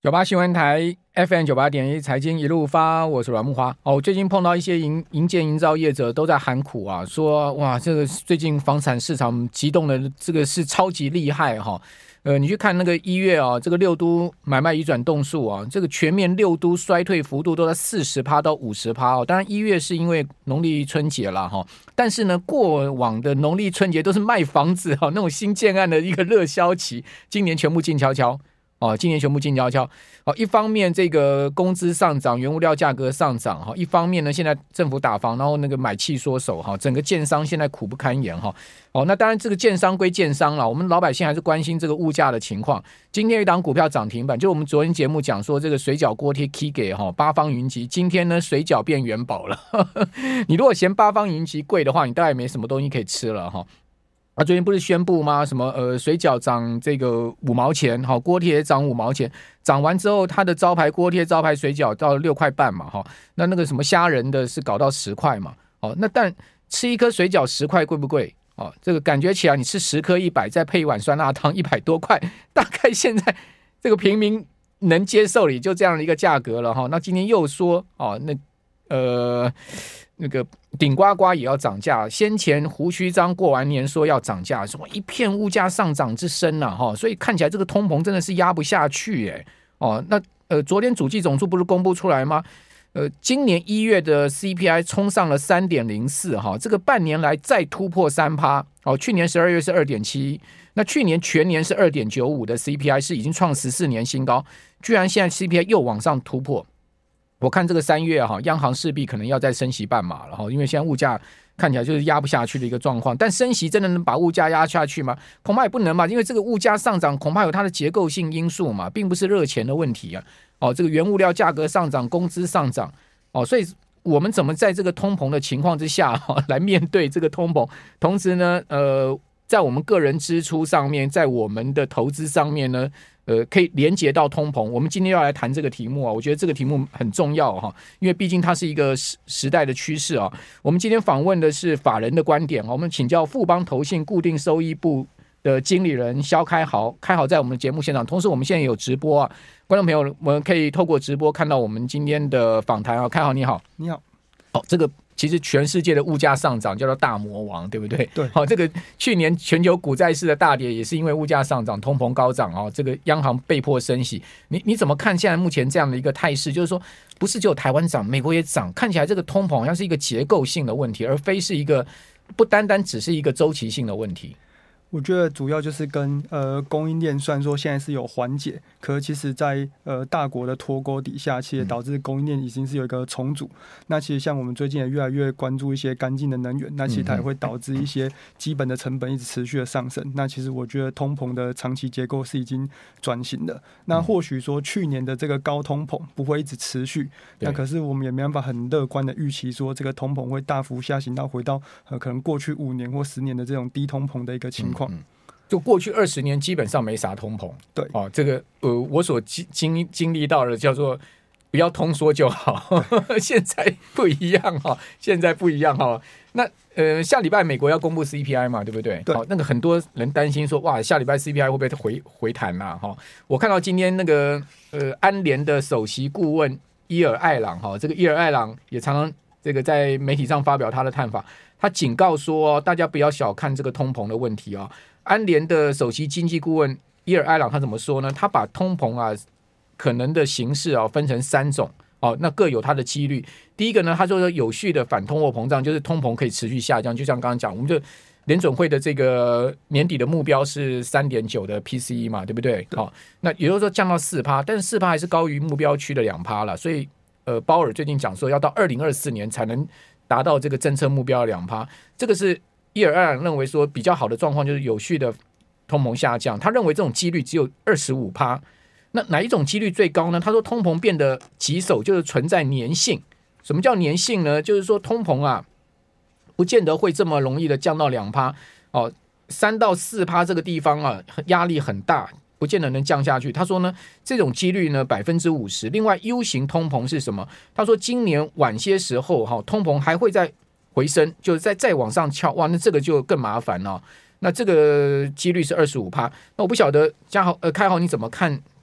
98新闻台 FM 98.1财经一路发，我是阮木华。最近碰到一些营建营造业者都在喊苦啊，说哇，这个最近房产市场急动的这个是超级厉害哈。你去看那个1月啊，这个六都买卖移转栋数啊，这个全面六都衰退幅度都在40%到50%哦。当然1月是因为农历春节啦哈，但是呢，过往的农历春节都是卖房子哈，那种新建案的一个热销期，今年全部静悄悄。今年全部静悄悄。一方面这个工资上涨，原物料价格上涨，一方面呢，现在政府打房，然后那个买气缩手，整个建商现在苦不堪言。那当然这个建商归建商啦，我们老百姓还是关心这个物价的情况。今天有一档股票涨停板，就我们昨天节目讲说这个水饺锅贴 K 给八方云集，今天呢水饺变元宝了。你如果嫌八方云集贵的话，你大概没什么东西可以吃了哈。最近不是宣布吗？什么水饺涨这个5毛钱，锅贴也涨5毛钱，涨完之后，它的招牌锅贴、招牌水饺到6块半嘛，那个什么虾仁的是搞到10块嘛，那但吃一颗水饺10块贵不贵？这个感觉起来，你吃10颗100，再配一碗酸辣汤100多块，大概现在这个平民能接受的也就这样的一个价格了哈。那今天又说那个顶呱呱也要涨价，先前胡须章过完年说要涨价，什么一片物价上涨之声啊，所以看起来这个通膨真的是压不下去那昨天主计总处不是公布出来吗？今年1月的 CPI 冲上了 3.04 这个半年来再突破 3%，去年12月是 2.71， 那去年全年是 2.95 的 CPI 是已经创14年新高，居然现在 CPI 又往上突破。我看这个3月央行势必可能要再升息半码了因为现在物价看起来就是压不下去的一个状况。但升息真的能把物价压下去吗？恐怕也不能嘛，因为这个物价上涨恐怕有它的结构性因素嘛，并不是热钱的问题啊。这个原物料价格上涨，工资上涨所以我们怎么在这个通膨的情况之下来面对这个通膨？同时呢，在我们个人支出上面，在我们的投资上面呢？可以连接到通膨。我们今天要来谈这个题目我觉得这个题目很重要因为毕竟它是一个时代的趋势我们今天访问的是法人的观点我们请教富邦投信固定收益部的经理人萧开豪，开豪在我们的节目现场，同时我们现在也有直播观众朋友我们可以透过直播看到我们今天的访谈开豪你好。 你好。 这个其实全世界的物价上涨叫做大魔王，对不对？ 对。 这个去年全球股债市的大跌也是因为物价上涨、通膨高涨这个央行被迫升息。你怎么看现在目前这样的一个态势？就是说，不是只有台湾涨，美国也涨，看起来这个通膨好像是一个结构性的问题，而非是一个不单单只是一个周期性的问题。 我觉得主要就是跟供应链虽然说现在是有缓解，可是其实在大国的脱钩底下，其实导致供应链已经是有一个重组。那其实像我们最近也越来越关注一些干净的能源，那其实它也会导致一些基本的成本一直持续的上升。那其实我觉得通膨的长期结构是已经转型的。那或许说去年的这个高通膨不会一直持续，那可是我们也没办法很乐观的预期说这个通膨会大幅下行到回到可能过去5年或10年的这种低通膨的一个情况。 就过去20年基本上没啥通膨， 对这个我所经历到的叫做不要通缩就好，现在不一样现在不一样那下礼拜美国要公布 CPI 嘛，对不对？ 对。 那个很多人担心说，哇，下礼拜 CPI 会不会回弹我看到今天那个安联的首席顾问伊尔艾朗这个伊尔艾朗也常常这个在媒体上发表他的看法，他警告说大家不要小看这个通膨的问题安联的首席经济顾问伊尔艾朗他怎么说呢？他把通膨可能的形式分成3种那各有它的几率。第一个呢，他说有序的反通货膨胀，就是通膨可以持续下降，就像刚刚讲，我们就联准会的这个年底的目标是 3.9 的 PCE 嘛，对不对？那也就是说降到 4%， 但是 4% 还是高于目标区的 2% 了，所以鲍尔最近讲说要到2024年才能达到这个政策目标的 2%， 这个是伊尔艾朗认为说比较好的状况就是有序的通膨下降，他认为这种几率只有 25%。 那哪一种几率最高呢？他说通膨变得棘手，就是存在粘性。什么叫粘性呢？就是说通膨不见得会这么容易的降到 2%， 3到 4% 这个地方压力很大，不见得能降下去。他说呢，这种几率呢 50%。 另外 U 型通膨是什么？他说今年晚些时候通膨还会再回升，就是再往上翘，哇，那这个就更麻烦了。那这个几率是 25%。 那我不晓得开豪你怎么看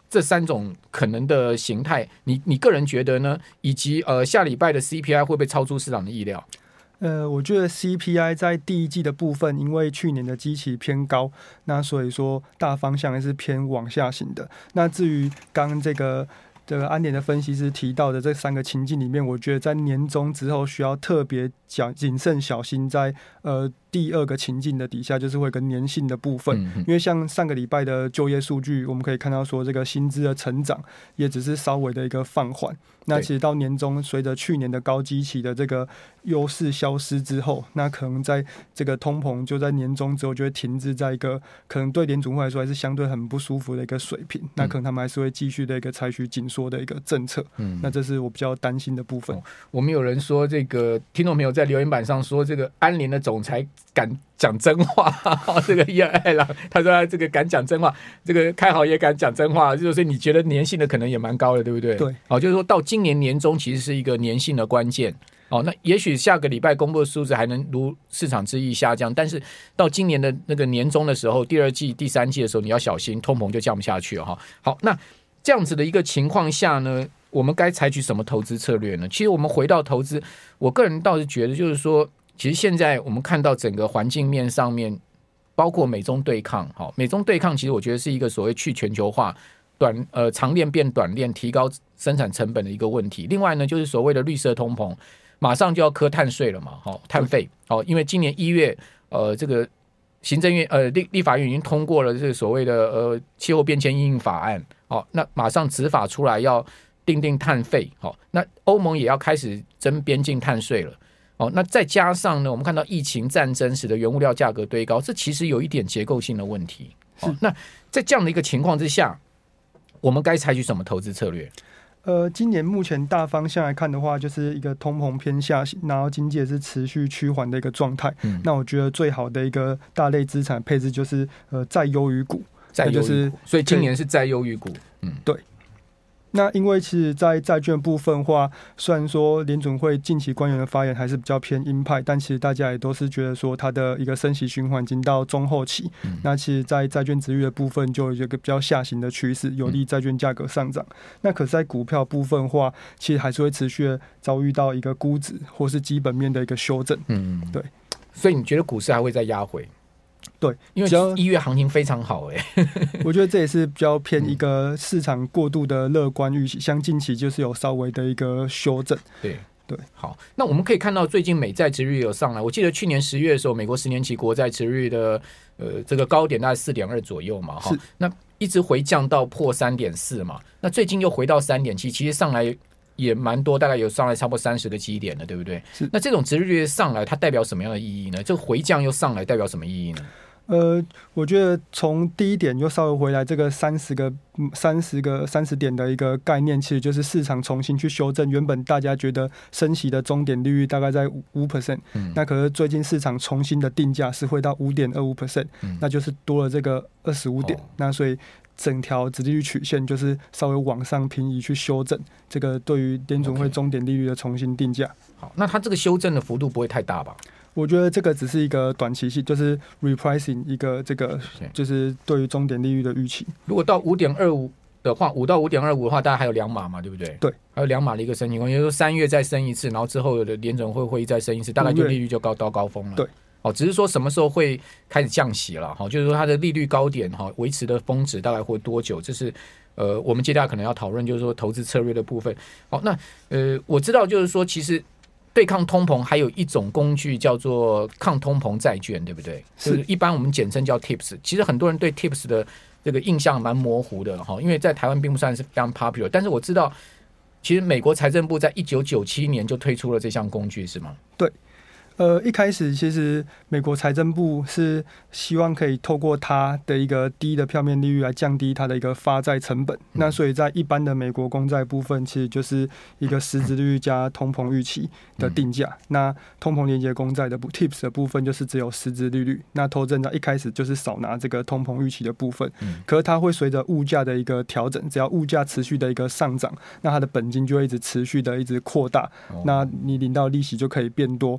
这3种可能的形态，你个人觉得呢？以及下礼拜的 CPI 会不会超出市场的意料？ 我觉得 CPI 在第一季的部分，因为去年的基期偏高，那所以说大方向还是偏往下行的。那至于刚这个安联的分析师提到的这3个情境里面，我觉得在年中之后需要特别谨慎小心在第2个情境的底下，就是会有个粘性的部分，因为像上个礼拜的就业数据，我们可以看到说这个薪资的成长也只是稍微的一个放缓。那其实到年中，随着去年的高基期的这个优势消失之后，那可能在这个通膨就在年中之后就会停滞在一个可能对联准会来说还是相对很不舒服的一个水平。那可能他们还是会继续的一个采取紧缩的一个政策。那这是我比较担心的部分。 我们有人说，这个听众朋友在留言板上说，这个安联的总裁敢讲真话，这个叶爱郎他说他这个敢讲真话，这个开豪也敢讲真话，就是你觉得粘性的可能也蛮高的，对不对？ 对， 就是说到今年年中其实是一个粘性的关键。那也许下个礼拜公布的数字还能如市场之意下降，但是到今年的那个年中的时候，第2季、第3季的时候，你要小心，通膨就降不下去了哈。好，那这样子的一个情况下呢，我们该采取什么投资策略呢？其实我们回到投资，我个人倒是觉得，就是说，其实现在我们看到整个环境面上面，包括美中对抗，美中对抗其实我觉得是一个所谓去全球化、长链变短链、提高生产成本的一个问题。另外呢，就是所谓的绿色通膨，马上就要课碳税了嘛，碳费，因为今年1月，这个行政院立法院已经通过了这个所谓的气候变迁因应法案，那马上执法出来要订碳费，那欧盟也要开始征边境碳税了。那再加上呢，我们看到疫情战争使得原物料价格堆高，这其实有一点结构性的问题。那在这样的一个情况之下，我们该采取什么投资策略？ 今年目前大方向来看的话，就是一个通膨偏下行，然后经济也是持续趋缓的一个状态。那我觉得最好的一个大类资产配置就是债优于股， 所以今年是债优于股。 对。那因为其实在债券部分的话，虽然说联准会近期官员的发言还是比较偏鹰派，但其实大家也都是觉得说它的一个升息循环已经到中后期。那其实在债券殖利率的部分就有一个比较下行的趋势，有利债券价格上涨。那可是在股票部分的话，其实还是会持续的遭遇到一个估值或是基本面的一个修正。对。 所以你觉得股市还会再压回？ 对， 因为1月行情非常好我觉得这也是比较偏一个市场过度的乐观预期，像近期就是有稍微的一个修正。 对，好，那我们可以看到最近美债殖利率有上来，我记得去年10月的时候，美国10年期国债殖利率的这个高点大概 4.2 左右嘛，那一直回降到破 3.4 嘛，那最近又回到 3.7， 其实上来也蛮多，大概有上来差不多30个基点了，对不对？那这种殖利率上来，它代表什么样的意义呢？这个回降又上来，代表什么意义呢？ 我觉得从第一点又稍微回来，这个30点的一个概念，其实就是市场重新去修正原本大家觉得升息的终点利率大概在 5%，那可是最近市场重新的定价是会到 5.25%，那就是多了这个25点，那所以整条殖利率曲线就是稍微往上平移去修正这个对于联准会终点利率的重新定价。 好，那它这个修正的幅度不会太大吧？ 我觉得这个只是一个短期性，就是 repricing 一个这个就是对于终点利率的预期。 如果到 5.25 的话，5到 5.25 的话，大概还有2码嘛，对不对？ 对， 还有2码的一个升息况，也就是说3月再升一次，然后之后的联准会会议再升一次，大概就利率就到高峰了。 对， 只是说什么时候会开始降息了，就是说它的利率高点维持的峰值大概会多久？这是我们接下来可能要讨论，就是说投资策略的部分。好，那我知道就是说其实对抗通膨还有一种工具叫做抗通膨债券，对不对？就是一般我们简称叫 TIPS。其实很多人对 TIPS 的这个印象蛮模糊的，因为在台湾并不算是非常 popular。但是我知道，其实美国财政部在1997年就推出了这项工具，是吗？ 对。一开始其实美国财政部是希望可以透过它的一个低的票面利率来降低它的一个发债成本。那所以在一般的美国公债部分，其实就是一个实质利率加通膨预期的定价。那通膨连结公债的TIPS 的部分就是只有实质利率。那投资人在一开始就是少拿这个通膨预期的部分，可是它会随着物价的一个调整，只要物价持续的一个上涨，那它的本金就会一直持续的一直扩大，那你领到利息就可以变多。那其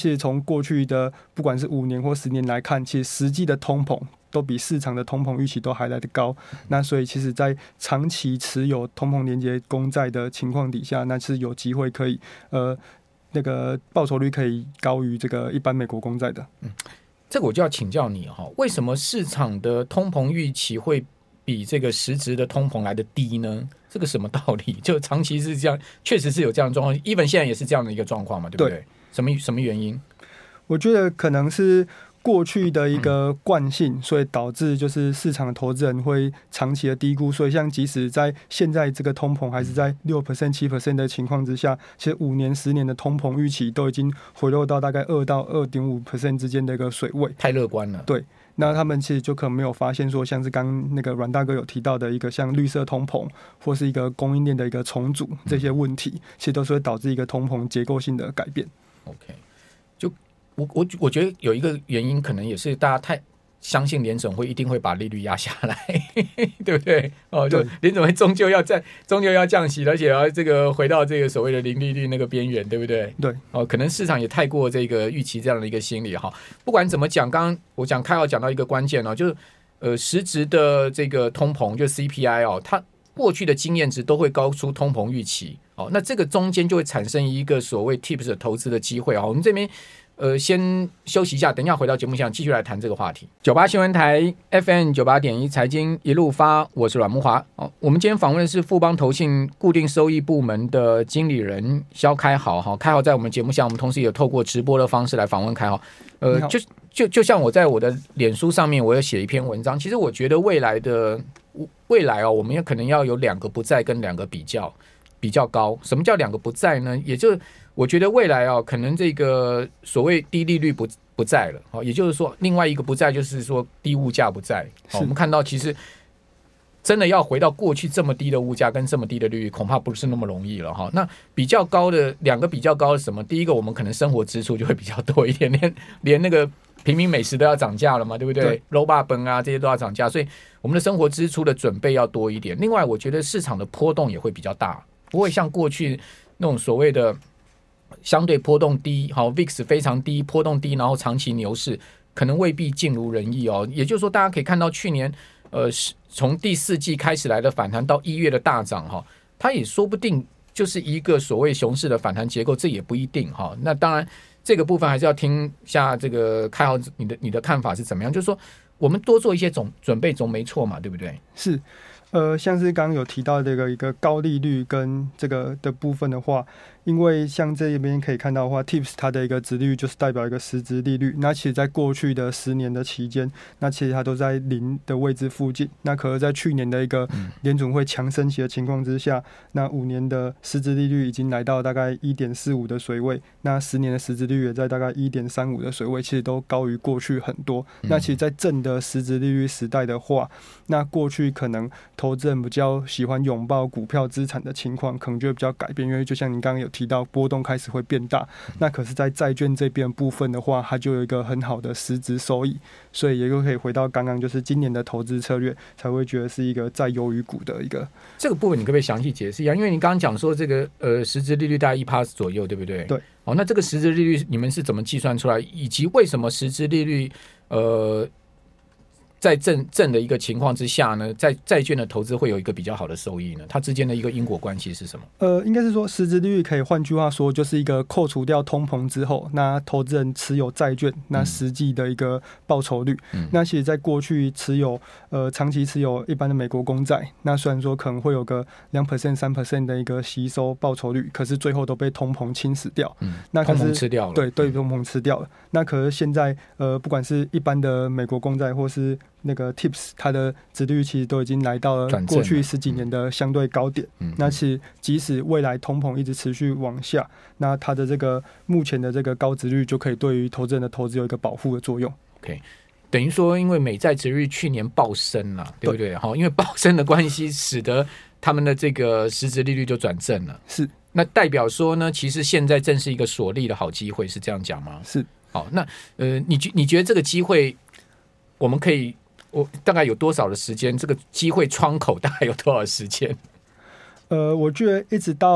其实从过去的不管是5年或10年来看，其实实际的通膨都比市场的通膨预期都还来得高。那所以其实在长期持有通膨连结公债的情况底下，那是有机会可以那个报酬率可以高于这个一般美国公债的。 这个我就要请教你为什么市场的通膨预期会比这个实质的通膨来的低呢？这个什么道理？就长期是这样，确实是有这样的状况 ，even 现在也是这样的一个状况嘛，对不对？什么原因？ 我觉得可能是过去的一个惯性，所以导致就是市场的投资人会长期的低估，所以像即使在现在这个通膨还是在6% 7% 的情况之下，其实5年10年的通膨预期都已经回落到大概2到2.5% 之间的一个水位， 太乐观了。 对。那他们其实就可能没有发现说，像是刚那个阮大哥有提到的一个像绿色通膨，或是一个供应链的一个重组这些问题，其实都是会导致一个通膨结构性的改变。 OK， 就我觉得有一个原因，可能也是大家太相信联准会一定会把利率压下来，对不对？就联准会终究要降息，而且要这个回到这个所谓的零利率那个边缘，对不对？ 对。 可能市场也太过这个预期这样的一个心理哈。不管怎么讲，刚刚我讲开号讲到一个关键就是实质的这个通膨，就 CPI 它过去的经验值都会高出通膨预期那这个中间就会产生一个所谓 TIPS 的投资的机会我们这边。先休息一下，等一下回到节目现场继续来谈这个话题。98新闻台 FM 98.1财经一路发，我是阮慕骅。我们今天访问的是富邦投信固定收益部门的经理人萧开豪开豪在我们节目下，我们同时也透过直播的方式来访问开豪。就像我在我的脸书上面，我有写一篇文章。其实我觉得未来我们也可能要有2个不在跟2个比较高。什么叫2个不在呢？也就是我觉得未来可能这个所谓低利率不在了也就是说另外一个不在就是说低物价不在我们看到其实真的要回到过去这么低的物价跟这么低的利率，恐怕不是那么容易了那比较高的2个比较高的什么？第一个，我们可能生活支出就会比较多一点，连那个平民美食都要涨价了嘛，对不对？肉霸本这些都要涨价，所以我们的生活支出的准备要多一点。另外，我觉得市场的波动也会比较大，不会像过去那种所谓的相对波动低VIX 非常低，波动低，然后长期牛市可能未必尽如人意也就是说，大家可以看到去年从第4季开始来的反弹到1月的大涨它也说不定就是一个所谓熊市的反弹结构，这也不一定那当然这个部分还是要听下这个开豪你的看法是怎么样？就是说我们多做一些准备总没错嘛，对不对？ 是。像是刚刚有提到这个一个高利率跟这个的部分的话，因为像这边可以看到的话 ，TIPS 它的一个殖利率就是代表一个实质利率。那其实在过去的10年的期间，那其实它都在0的位置附近。那可是在去年的一个联准会强升息的情况之下，那5年的实质利率已经来到大概 1.45 的水位，那10年的实质利率也在大概 1.35 的水位，其实都高于过去很多。那其实在正的实质利率时代的话，那过去可能投资人比较喜欢拥抱股票资产的情况，可能就会比较改变，因为就像您刚刚有提到，波动开始会变大。那可是，在债券这边部分的话，它就有一个很好的实质收益，所以也就可以回到刚刚就是今年的投资策略，才会觉得是一个债优于股的一个。 这个部分你可不可以详细解释一下？因为你刚刚讲说这个实质利率大概1% 左右，对不对？ 对。 那这个实质利率你们是怎么计算出来？以及为什么实质利率在正的一个情况之下呢，在债券的投资会有一个比较好的收益呢？它之间的一个因果关系是什么？ 应该是说实质利率可以换句话说，就是一个扣除掉通膨之后，那投资人持有债券，那实际的一个报酬率。那其实在过去长期持有一般的美国公债，那虽然说可能会有个2% 3% 的一个吸收报酬率，可是最后都被通膨侵蚀掉。那可是通膨吃掉了。 对，通膨吃掉了。那可是现在不管是一般的美国公债或是那个 TIPS 它的殖利率其实都已经来到了过去10几年的相对高点。那其实即使未来通膨一直持续往下，那它的这个目前的这个高殖率就可以对于投资人的投资有一个保护的作用。 OK， 等于说因为美债殖利率去年暴升了，对不对？因为暴升的关系，使得他们的这个实质利率就转正了。 是。 那代表说呢，其实现在正是一个锁利的好机会，是这样讲吗？ 是。 好，那你觉得这个机会我们可以大概有多少的时间？这个机会窗口大概有多少时间？ 我觉得一直到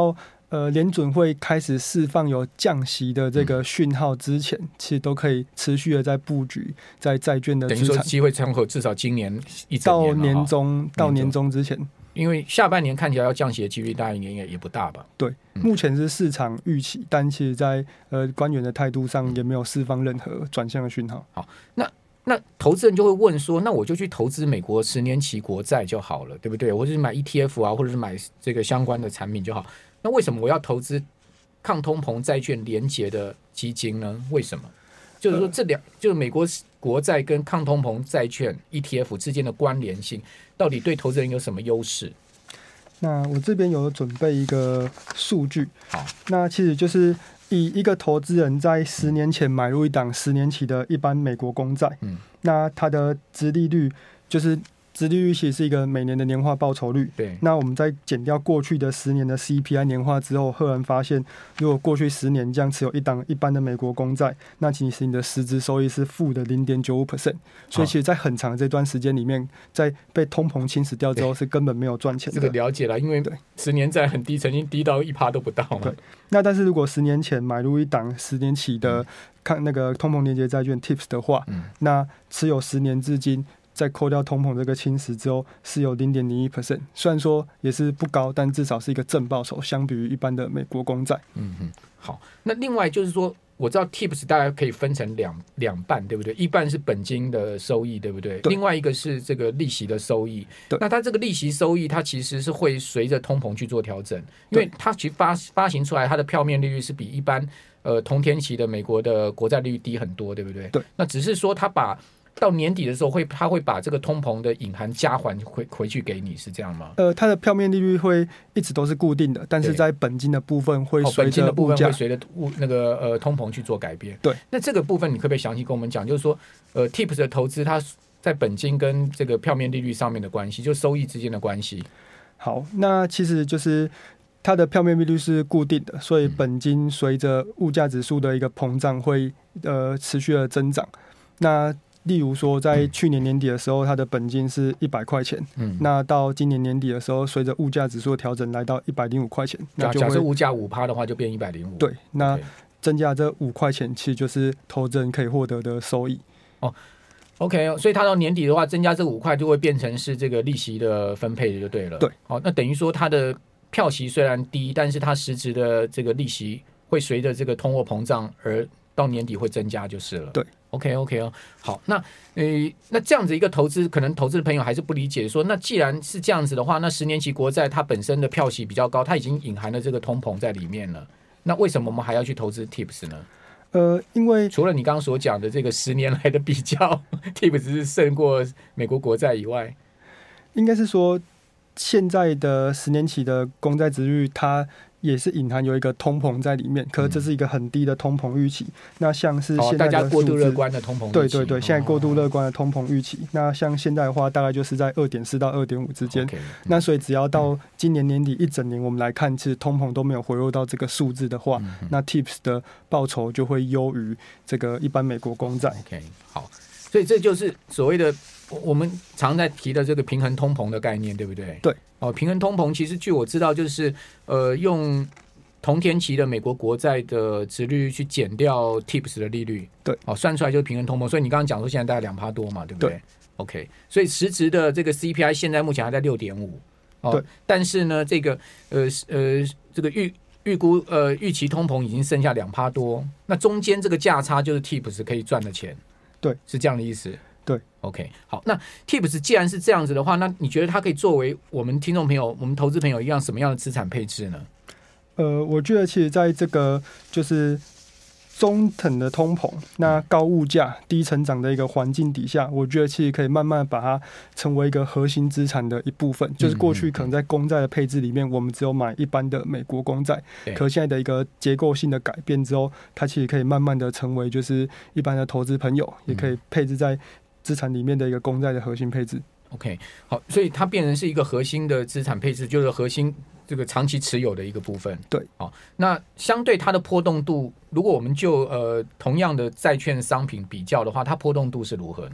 联准会开始释放有降息的这个讯号之前，其实都可以持续的在布局在债券的资产， 等于说机会窗口至少今年一整年到年中之前。 因为下半年看起来要降息的几率大一年也不大吧？ 对，目前是市场预期，但其实在官员的态度上也没有释放任何转向的讯号。 好，那投资人就会问说，那我就去投资美国10年期国债就好了，对不对？或者是买 ETF 啊，或者是买这个相关的产品就好。那为什么我要投资抗通膨债券连结的基金呢？为什么？就是说就是美国国债跟抗通膨债券 ETF 之间的关联性，到底对投资人有什么优势？ 那我这边有准备一个数据， 好， 那其实就是以一个投资人在10年前买入一档10年期的一般美国公债，那它的殖利率就是殖利率其实是一个每年的年化报酬率。 对。 那我们在减掉过去的10年的 CPI 年化之后，赫然发现，如果过去10年这样持有一档一般的美国公债，那其实你的实质收益是负的 0.95%。所以其实，在很长的这段时间里面，在被通膨侵蚀掉之后，是根本没有赚钱的。 这个了解了，因为10年债很低，曾经低到1%都不到嘛。 对。那但是如果10年前买入一档10年期的看那个通膨连结债券 TIPS 的话，那持有10年至今，在扣掉通膨这个侵蚀之后，是有 0.01%， 虽然说也是不高，但至少是一个正报酬，相比于一般的美国公债。 好，那另外就是说，我知道 TIPS 大概可以分成两半，对不对？一半是本金的收益，对不对？另外一个是这个利息的收益。那它这个利息收益，它其实是会随着通膨去做调整，因为它其实发行出来，它的票面利率是比一般同天期的美国的国债利率低很多，对不对？ 对。 那只是说它到年底的时候他会把这个通膨的隐含加还回去给你，是这样吗？ 它的票面利率会一直都是固定的，但是在本金的部分会随着物价那个通膨去做改变。 对， 那这个部分你可不可以详细跟我们讲？就是说，TIPS 的投资它在本金跟这个票面利率上面的关系，就收益之间的关系。 好，那其实就是它的票面利率是固定的，所以本金随着物价指数的一个膨胀会持续的增长。那例如说，在去年年底的时候，它的本金是100块钱，那到今年年底的时候，随着物价指数的调整，来到105块钱。那假设物价5%的话，就变105。 对，那增加这5块钱，其实就是投资人可以获得的收益。 OK， 所以它到年底的话，增加这5块就会变成是这个利息的分配的就对了。 对， 那等于说它的票息虽然低，但是它实质的这个利息会随着这个通货膨胀而到年底会增加就是了。 对。 OK 哦，好，那这样子一个投资，可能投资的朋友还是不理解说，那既然是这样子的话，那10年期国债它本身的票息比较高，它已经隐含了这个通膨在里面了，那为什么我们还要去投资 TIPS 呢？ 因为除了你刚刚所讲的这个10年来的比较，TIPS 是胜过美国国债以外， 应该是说现在的10年期的公债殖利率它也是隐含有一个通膨在里面，可是这是一个很低的通膨预期。那像是现在的大家过度乐观的通膨预期， 对，现在过度乐观的通膨预期。那像现在的话，大概就是在2.4到2.5之间。那所以只要到今年年底一整年，我们来看，其实通膨都没有回落到这个数字的话，那 TIPS 的报酬就会优于这个一般美国公债。 OK， 好，所以这就是所谓的我们常在提的这个平衡通膨的概念，对不对？ 对。 平衡通膨其实据我知道就是用同天期的美国国债的殖利率去减掉 TIPS 的利率， 对， 算出来就是平衡通膨。所以你刚刚讲说现在大概2%多嘛，对不对？对 OK， 所以实质的这个 CPI 现在目前还在 6.5， 对， 但是呢，这个这个预期通膨已经剩下2%多，那中间这个价差就是 TIPS 可以赚的钱， 对， 是这样的意思。 对 ，OK， 好，那 TIPS 既然是这样子的话，那你觉得它可以作为我们听众朋友、我们投资朋友一样什么样的资产配置呢？ 我觉得其实在这个就是中等的通膨、那高物价、低成长的一个环境底下，我觉得其实可以慢慢把它成为一个核心资产的一部分。就是过去可能在公债的配置里面，我们只有买一般的美国公债，可现在的一个结构性的改变之后，它其实可以慢慢的成为就是一般的投资朋友也可以配置在资产里面的一个公债的核心配置。 OK， 好，所以它变成是一个核心的资产配置，就是核心这个长期持有的一个部分。 对， 好，那相对它的波动度，如果我们就同样的债券商品比较的话，它波动度是如何呢？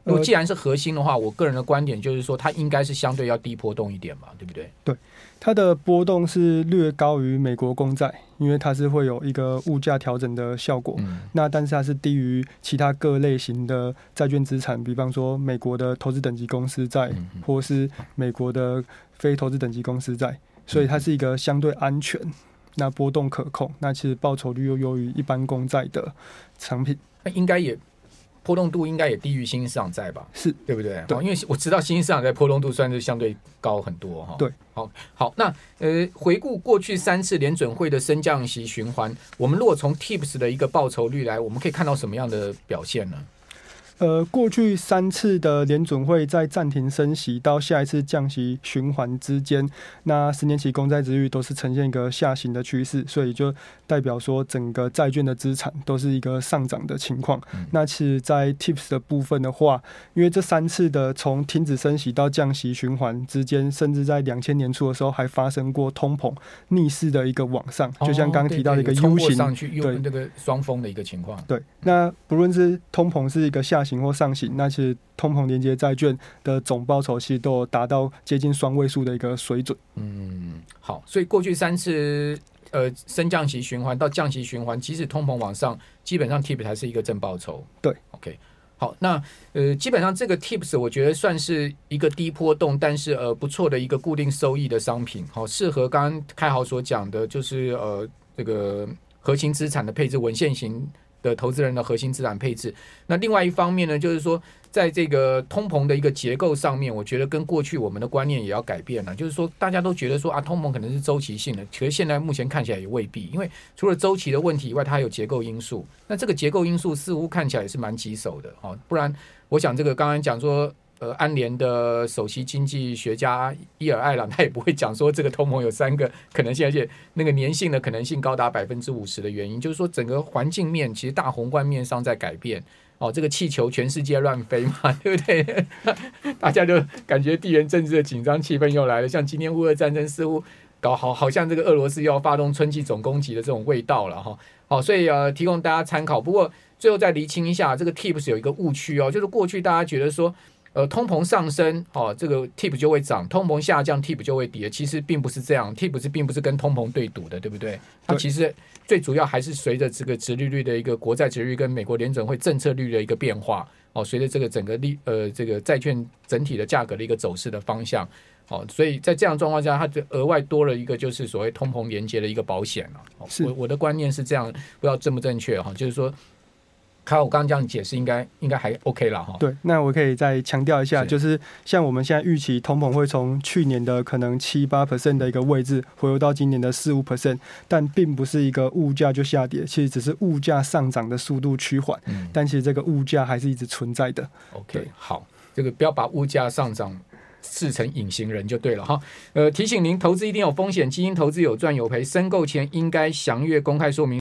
如果既然是核心的话，我个人的观点就是说，它应该是相对要低波动一点嘛，对不对？ 对，它的波动是略高于美国公债，因为它是会有一个物价调整的效果。那但是它是低于其他各类型的债券资产，比方说美国的投资等级公司债，或是美国的非投资等级公司债，所以它是一个相对安全，那波动可控，那其实报酬率又优于一般公债的产品。 那应该也波动度应该也低于新兴市场债吧？ 是， 对不对？ 对， 因为我知道新兴市场债波动度算是相对高很多哈。 对， 好，那回顾过去3次联准会的升降息循环，我们如果从 TIPS 的一个报酬率来，我们可以看到什么样的表现呢？ 过去3次的联准会在暂停升息到下一次降息循环之间，那10年期公债殖利率都是呈现一个下行的趋势，所以就代表说整个债券的资产都是一个上涨的情况。那其实在 TIPS 的部分的话，因为这3次的从停止升息到降息循环之间，甚至在2000年初的时候还发生过通膨逆势的一个往上，就像刚刚提到的一个 U 型上去，对这个双峰的一个情况。 对，那不论是通膨是一个下行或上行，那其实通膨连结债券的总报酬其实都有达到接近双位数的一个水准。 好，所以过去3次升降息循环到降息循环，即使通膨往上，基本上 TIPS 还是一个正报酬。 对 ，OK。好，那基本上这个 TIPS 我觉得算是一个低波动，但是不错的一个固定收益的商品。好，适合刚刚开豪所讲的，就是这个核心资产的配置，稳健型的投资人的核心资产配置。那另外一方面呢，就是说在这个通膨的一个结构上面，我觉得跟过去我们的观念也要改变了。就是说大家都觉得说通膨可能是周期性的，可是现在目前看起来也未必，因为除了周期的问题以外，它还有结构因素。那这个结构因素似乎看起来也是蛮棘手的，不然我想这个刚刚讲说安联的首席经济学家伊尔艾朗他也不会讲说这个通膨有3个可能性，而且那个粘性的可能性高达50%的原因，就是说整个环境面其实大宏观面上在改变。这个气球全世界乱飞嘛，对不对？大家就感觉地缘政治的紧张气氛又来了，像今天乌俄战争似乎搞好像这个俄罗斯又要发动春季总攻击的这种味道了哈。好，所以提供大家参考。不过最后再厘清一下，这个 TIPS 有一个误区就是过去大家觉得说通膨上升这个 TIPS 就会涨，通膨下降 TIPS 就会跌，其实并不是这样， TIPS 并不是跟通膨对赌的，对不对？它其实最主要还是随着这个殖利率的一个国债殖利率跟美国联准会政策率的一个变化随着这个整个这个债券整体的价格的一个走势的方向所以在这样的状况下，它就额外多了一个就是所谓通膨连接的一个保险我的观念是这样，不知道正不正确就是说看我刚刚这样解释应该还 OK 了哈。 对，那我可以再强调一下，就是像我们现在预期通膨会从去年的可能7-8% 的一个位置回游到今年的4-5%，但并不是一个物价就下跌，其实只是物价上涨的速度趋缓，但其实这个物价还是一直存在的。 OK， 好，这个不要把物价上涨视成隐形人就对了哈。提醒您，投资一定有风险，基金投资有赚有赔，申购前应该详阅公开说明。